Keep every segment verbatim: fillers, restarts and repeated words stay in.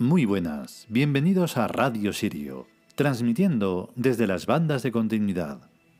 Muy buenas, bienvenidos a Radio Sirio, transmitiendo desde las bandas de continuidad.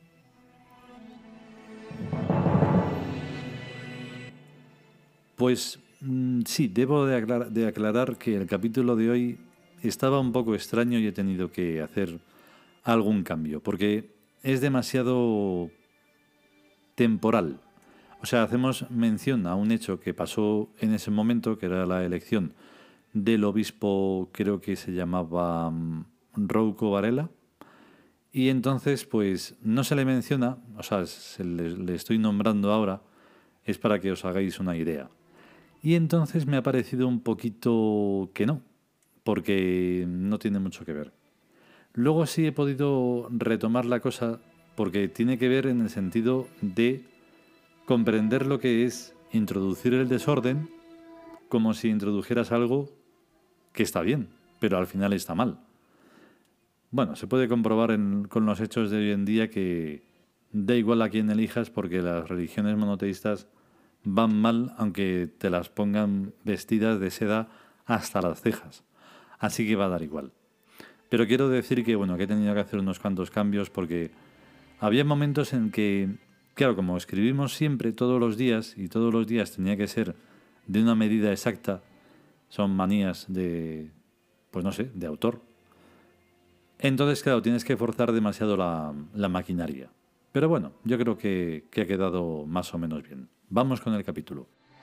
Pues mm, sí, debo de aclarar, de aclarar que el capítulo de hoy estaba un poco extraño y he tenido que hacer algún cambio, porque es demasiado temporal. O sea, hacemos mención a un hecho que pasó en ese momento, que era la elección del obispo, creo que se llamaba um, Rouco Varela, y entonces pues no se le menciona, o sea, se le, le estoy nombrando ahora, es para que os hagáis una idea. Y entonces me ha parecido un poquito que no, porque no tiene mucho que ver. Luego sí he podido retomar la cosa porque tiene que ver en el sentido de comprender lo que es introducir el desorden como si introdujeras algo que está bien, pero al final está mal. Bueno, se puede comprobar en, con los hechos de hoy en día que da igual a quién elijas porque las religiones monoteístas van mal aunque te las pongan vestidas de seda hasta las cejas. Así que va a dar igual. Pero quiero decir que, bueno, que he tenido que hacer unos cuantos cambios porque había momentos en que, claro, como escribimos siempre todos los días y todos los días tenía que ser de una medida exacta, son manías de, pues no sé, de autor. Entonces, claro, tienes que forzar demasiado la, la maquinaria. Pero bueno, yo creo que, que ha quedado más o menos bien. Vamos con el capítulo.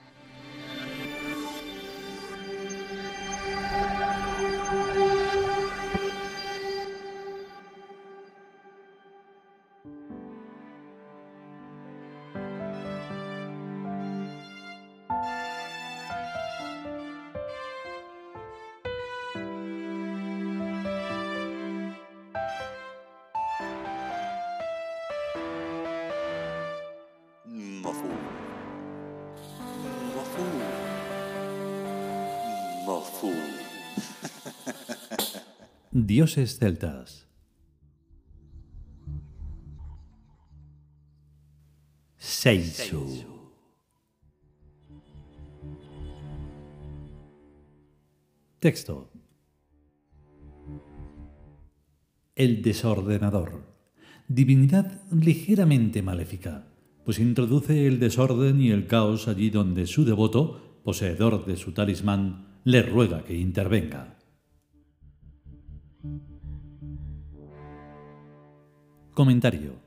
مفهوم مفهوم مفهوم Dioses celtas. Seisu. Texto. El desordenador. Divinidad ligeramente maléfica, pues introduce el desorden y el caos allí donde su devoto, poseedor de su talismán, le ruega que intervenga. Comentario.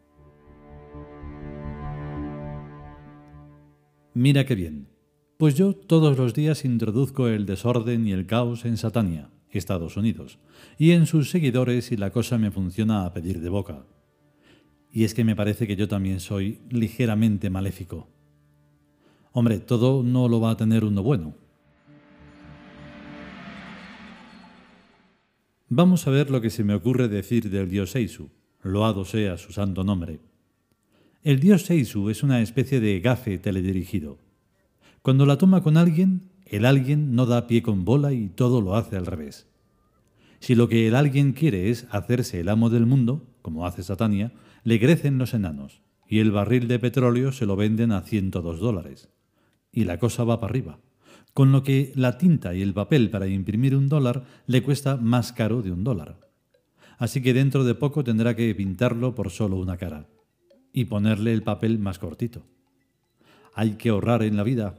Mira qué bien. Pues yo todos los días introduzco el desorden y el caos en Satania, Estados Unidos, y en sus seguidores y la cosa me funciona a pedir de boca. Y es que me parece que yo también soy ligeramente maléfico. Hombre, todo no lo va a tener uno bueno. Vamos a ver lo que se me ocurre decir del dios Seisu, loado sea su santo nombre. El dios Seisu es una especie de gafe teledirigido. Cuando la toma con alguien, el alguien no da pie con bola y todo lo hace al revés. Si lo que el alguien quiere es hacerse el amo del mundo, como hace Satania, le crecen los enanos, y el barril de petróleo se lo venden a ciento dos dólares. Y la cosa va para arriba, con lo que la tinta y el papel para imprimir un dólar le cuesta más caro de un dólar. Así que dentro de poco tendrá que pintarlo por solo una cara, y ponerle el papel más cortito. Hay que ahorrar en la vida.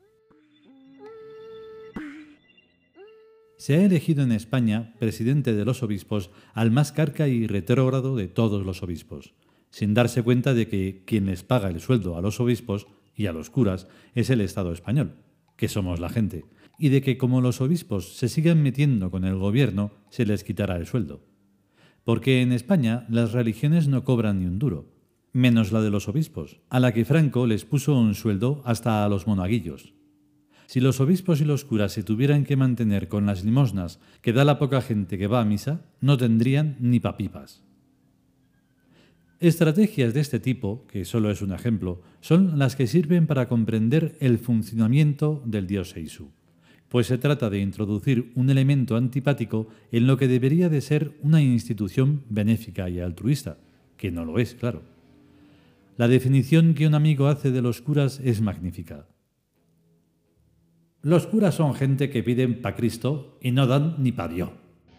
Se ha elegido en España presidente de los obispos al más carca y retrógrado de todos los obispos, sin darse cuenta de que quien les paga el sueldo a los obispos y a los curas es el Estado español, que somos la gente, y de que como los obispos se sigan metiendo con el gobierno, se les quitará el sueldo. Porque en España las religiones no cobran ni un duro, menos la de los obispos, a la que Franco les puso un sueldo hasta a los monaguillos. Si los obispos y los curas se tuvieran que mantener con las limosnas que da la poca gente que va a misa, no tendrían ni papipas. Estrategias de este tipo, que solo es un ejemplo, son las que sirven para comprender el funcionamiento del dios Seisu, pues se trata de introducir un elemento antipático en lo que debería de ser una institución benéfica y altruista, que no lo es, claro. La definición que un amigo hace de los curas es magnífica. Los curas son gente que piden pa' Cristo y no dan ni pa' Dios.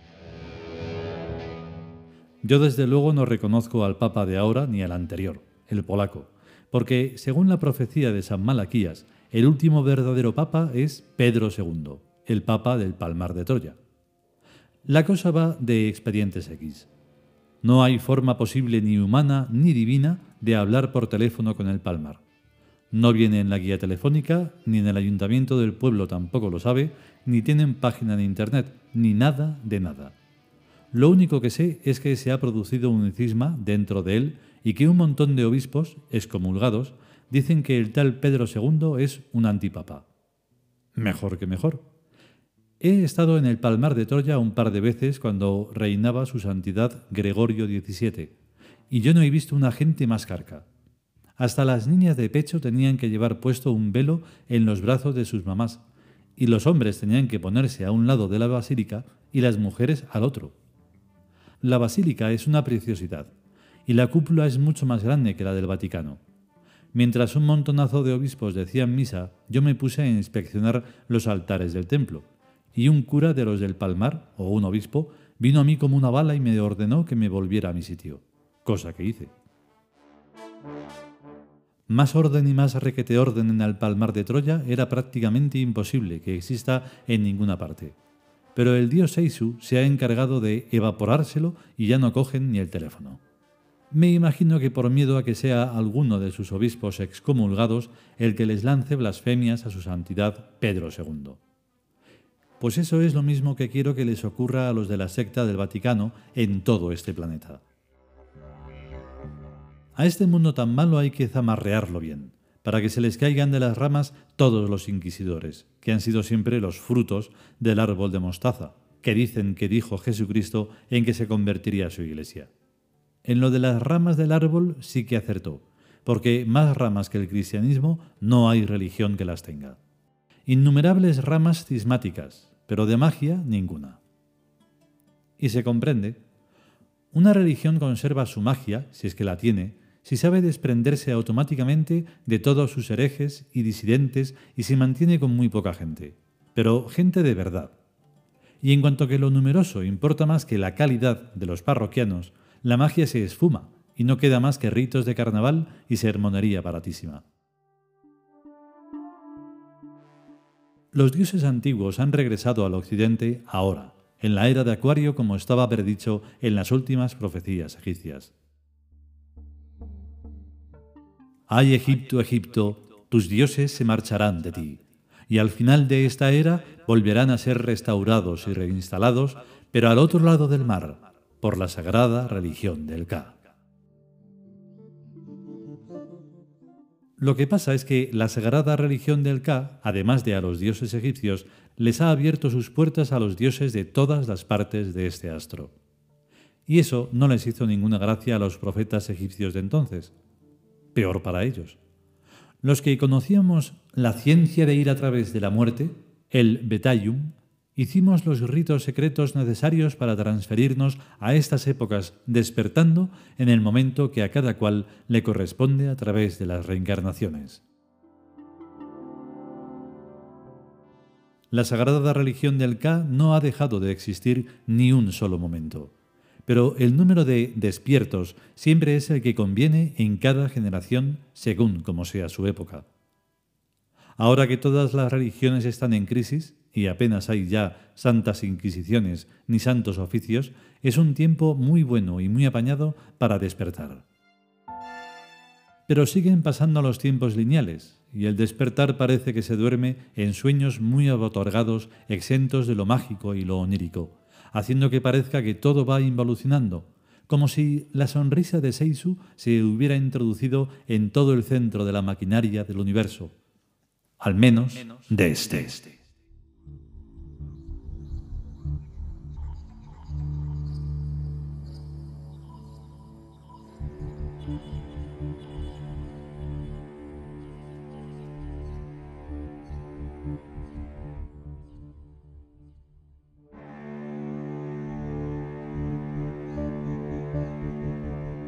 Yo desde luego no reconozco al Papa de ahora ni al anterior, el polaco, porque según la profecía de San Malaquías, el último verdadero Papa es Pedro segundo, el Papa del Palmar de Troya. La cosa va de expedientes X. No hay forma posible ni humana ni divina de hablar por teléfono con el Palmar. No viene en la guía telefónica, ni en el ayuntamiento del pueblo tampoco lo sabe, ni tienen página de internet, ni nada de nada. Lo único que sé es que se ha producido un cisma dentro de él y que un montón de obispos, excomulgados, dicen que el tal Pedro segundo es un antipapa. Mejor que mejor. He estado en el Palmar de Troya un par de veces cuando reinaba su santidad Gregorio diecisiete, y yo no he visto una gente más carca. Hasta las niñas de pecho tenían que llevar puesto un velo en los brazos de sus mamás, y los hombres tenían que ponerse a un lado de la basílica y las mujeres al otro. La basílica es una preciosidad, y la cúpula es mucho más grande que la del Vaticano. Mientras un montonazo de obispos decían misa, yo me puse a inspeccionar los altares del templo, y un cura de los del Palmar, o un obispo, vino a mí como una bala y me ordenó que me volviera a mi sitio, cosa que hice. Más orden y más requete orden en el Palmar de Troya era prácticamente imposible que exista en ninguna parte. Pero el dios Seisu se ha encargado de evaporárselo y ya no cogen ni el teléfono. Me imagino que por miedo a que sea alguno de sus obispos excomulgados el que les lance blasfemias a su santidad Pedro segundo. Pues eso es lo mismo que quiero que les ocurra a los de la secta del Vaticano en todo este planeta. A este mundo tan malo hay que zamarrearlo bien, para que se les caigan de las ramas todos los inquisidores, que han sido siempre los frutos del árbol de mostaza, que dicen que dijo Jesucristo en que se convertiría a su iglesia. En lo de las ramas del árbol sí que acertó, porque más ramas que el cristianismo no hay religión que las tenga. Innumerables ramas cismáticas, pero de magia ninguna. Y se comprende. Una religión conserva su magia, si es que la tiene, si sabe desprenderse automáticamente de todos sus herejes y disidentes y se mantiene con muy poca gente, pero gente de verdad. Y en cuanto que lo numeroso importa más que la calidad de los parroquianos, la magia se esfuma y no queda más que ritos de carnaval y sermonería baratísima. Los dioses antiguos han regresado al occidente ahora, en la era de Acuario, como estaba predicho en las últimas profecías egipcias. ¡Ay, Egipto, Egipto! Tus dioses se marcharán de ti, y al final de esta era volverán a ser restaurados y reinstalados, pero al otro lado del mar, por la sagrada religión del Ka. Lo que pasa es que la sagrada religión del Ka, además de a los dioses egipcios, les ha abierto sus puertas a los dioses de todas las partes de este astro. Y eso no les hizo ninguna gracia a los profetas egipcios de entonces. Peor para ellos. Los que conocíamos la ciencia de ir a través de la muerte, el Betayum, hicimos los ritos secretos necesarios para transferirnos a estas épocas, despertando en el momento que a cada cual le corresponde a través de las reencarnaciones. La sagrada religión del Ka no ha dejado de existir ni un solo momento. Pero el número de despiertos siempre es el que conviene en cada generación según como sea su época. Ahora que todas las religiones están en crisis y apenas hay ya santas inquisiciones ni santos oficios, es un tiempo muy bueno y muy apañado para despertar. Pero siguen pasando los tiempos lineales y el despertar parece que se duerme en sueños muy abotorgados, exentos de lo mágico y lo onírico, haciendo que parezca que todo va involucionando, como si la sonrisa de Seisu se hubiera introducido en todo el centro de la maquinaria del universo, al menos de este.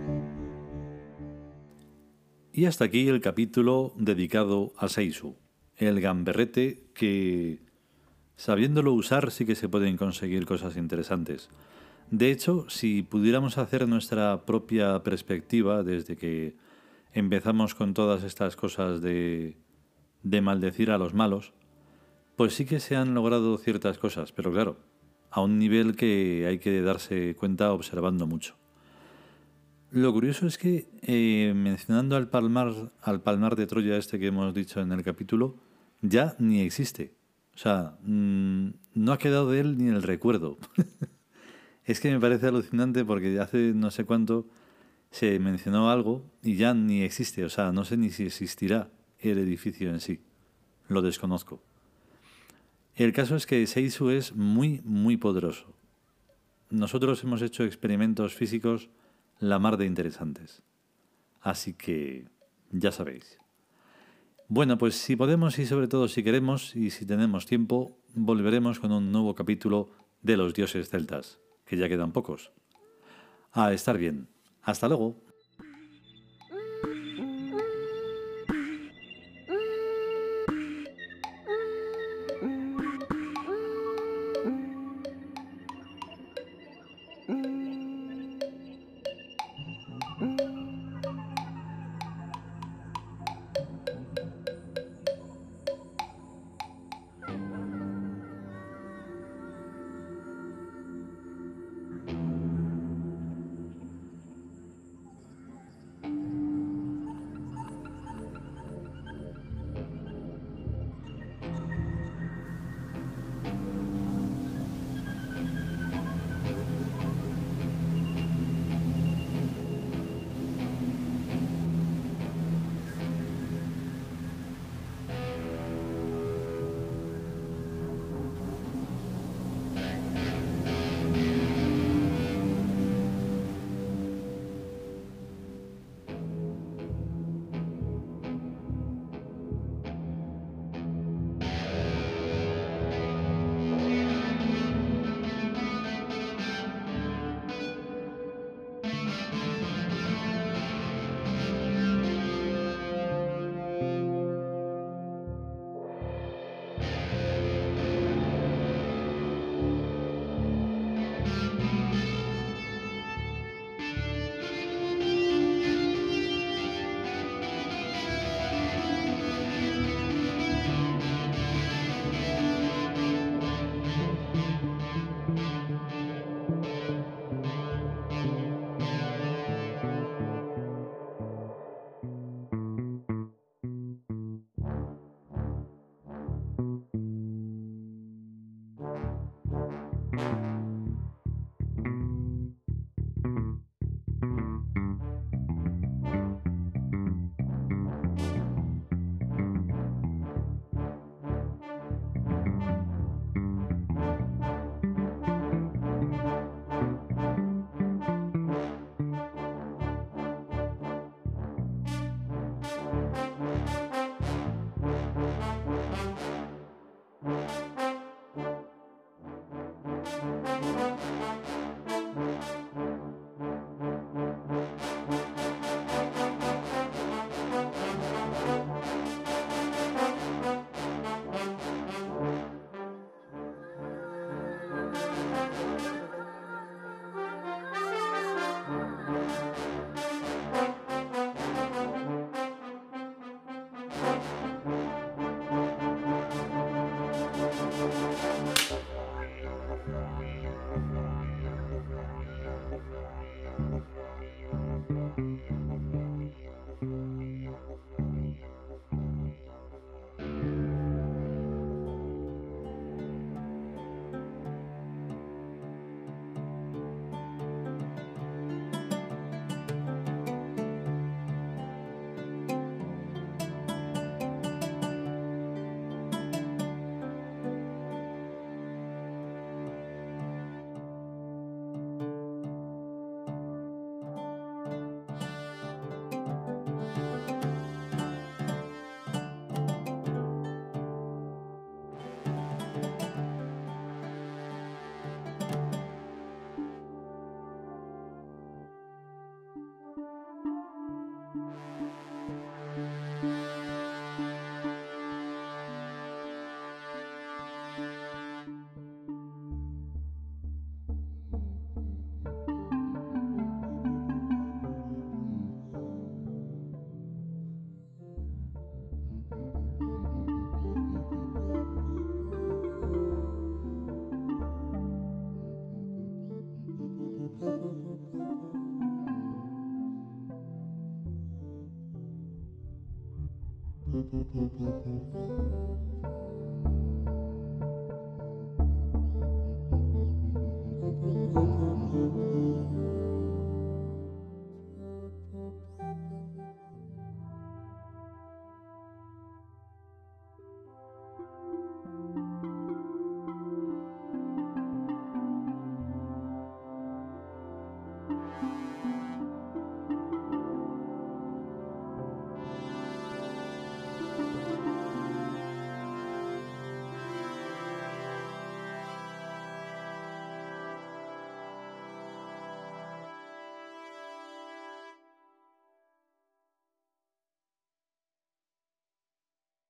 Y hasta aquí el capítulo dedicado a Seisu. el gamberrete, que sabiéndolo usar sí que se pueden conseguir cosas interesantes. De hecho, si pudiéramos hacer nuestra propia perspectiva desde que empezamos con todas estas cosas de, de maldecir a los malos, pues sí que se han logrado ciertas cosas, pero claro, a un nivel que hay que darse cuenta observando mucho. Lo curioso es que, eh, mencionando al palmar, al palmar de Troya este que hemos dicho en el capítulo, ya ni existe. O sea, mmm, no ha quedado de él ni el recuerdo. Es que me parece alucinante porque hace no sé cuánto se mencionó algo y ya ni existe. O sea, no sé ni si existirá el edificio en sí. Lo desconozco. El caso es que Seisu es muy, muy poderoso. Nosotros hemos hecho experimentos físicos la mar de interesantes. Así que ya sabéis. Bueno, pues si podemos y sobre todo si queremos y si tenemos tiempo, volveremos con un nuevo capítulo de los dioses celtas, que ya quedan pocos. A estar bien. Hasta luego.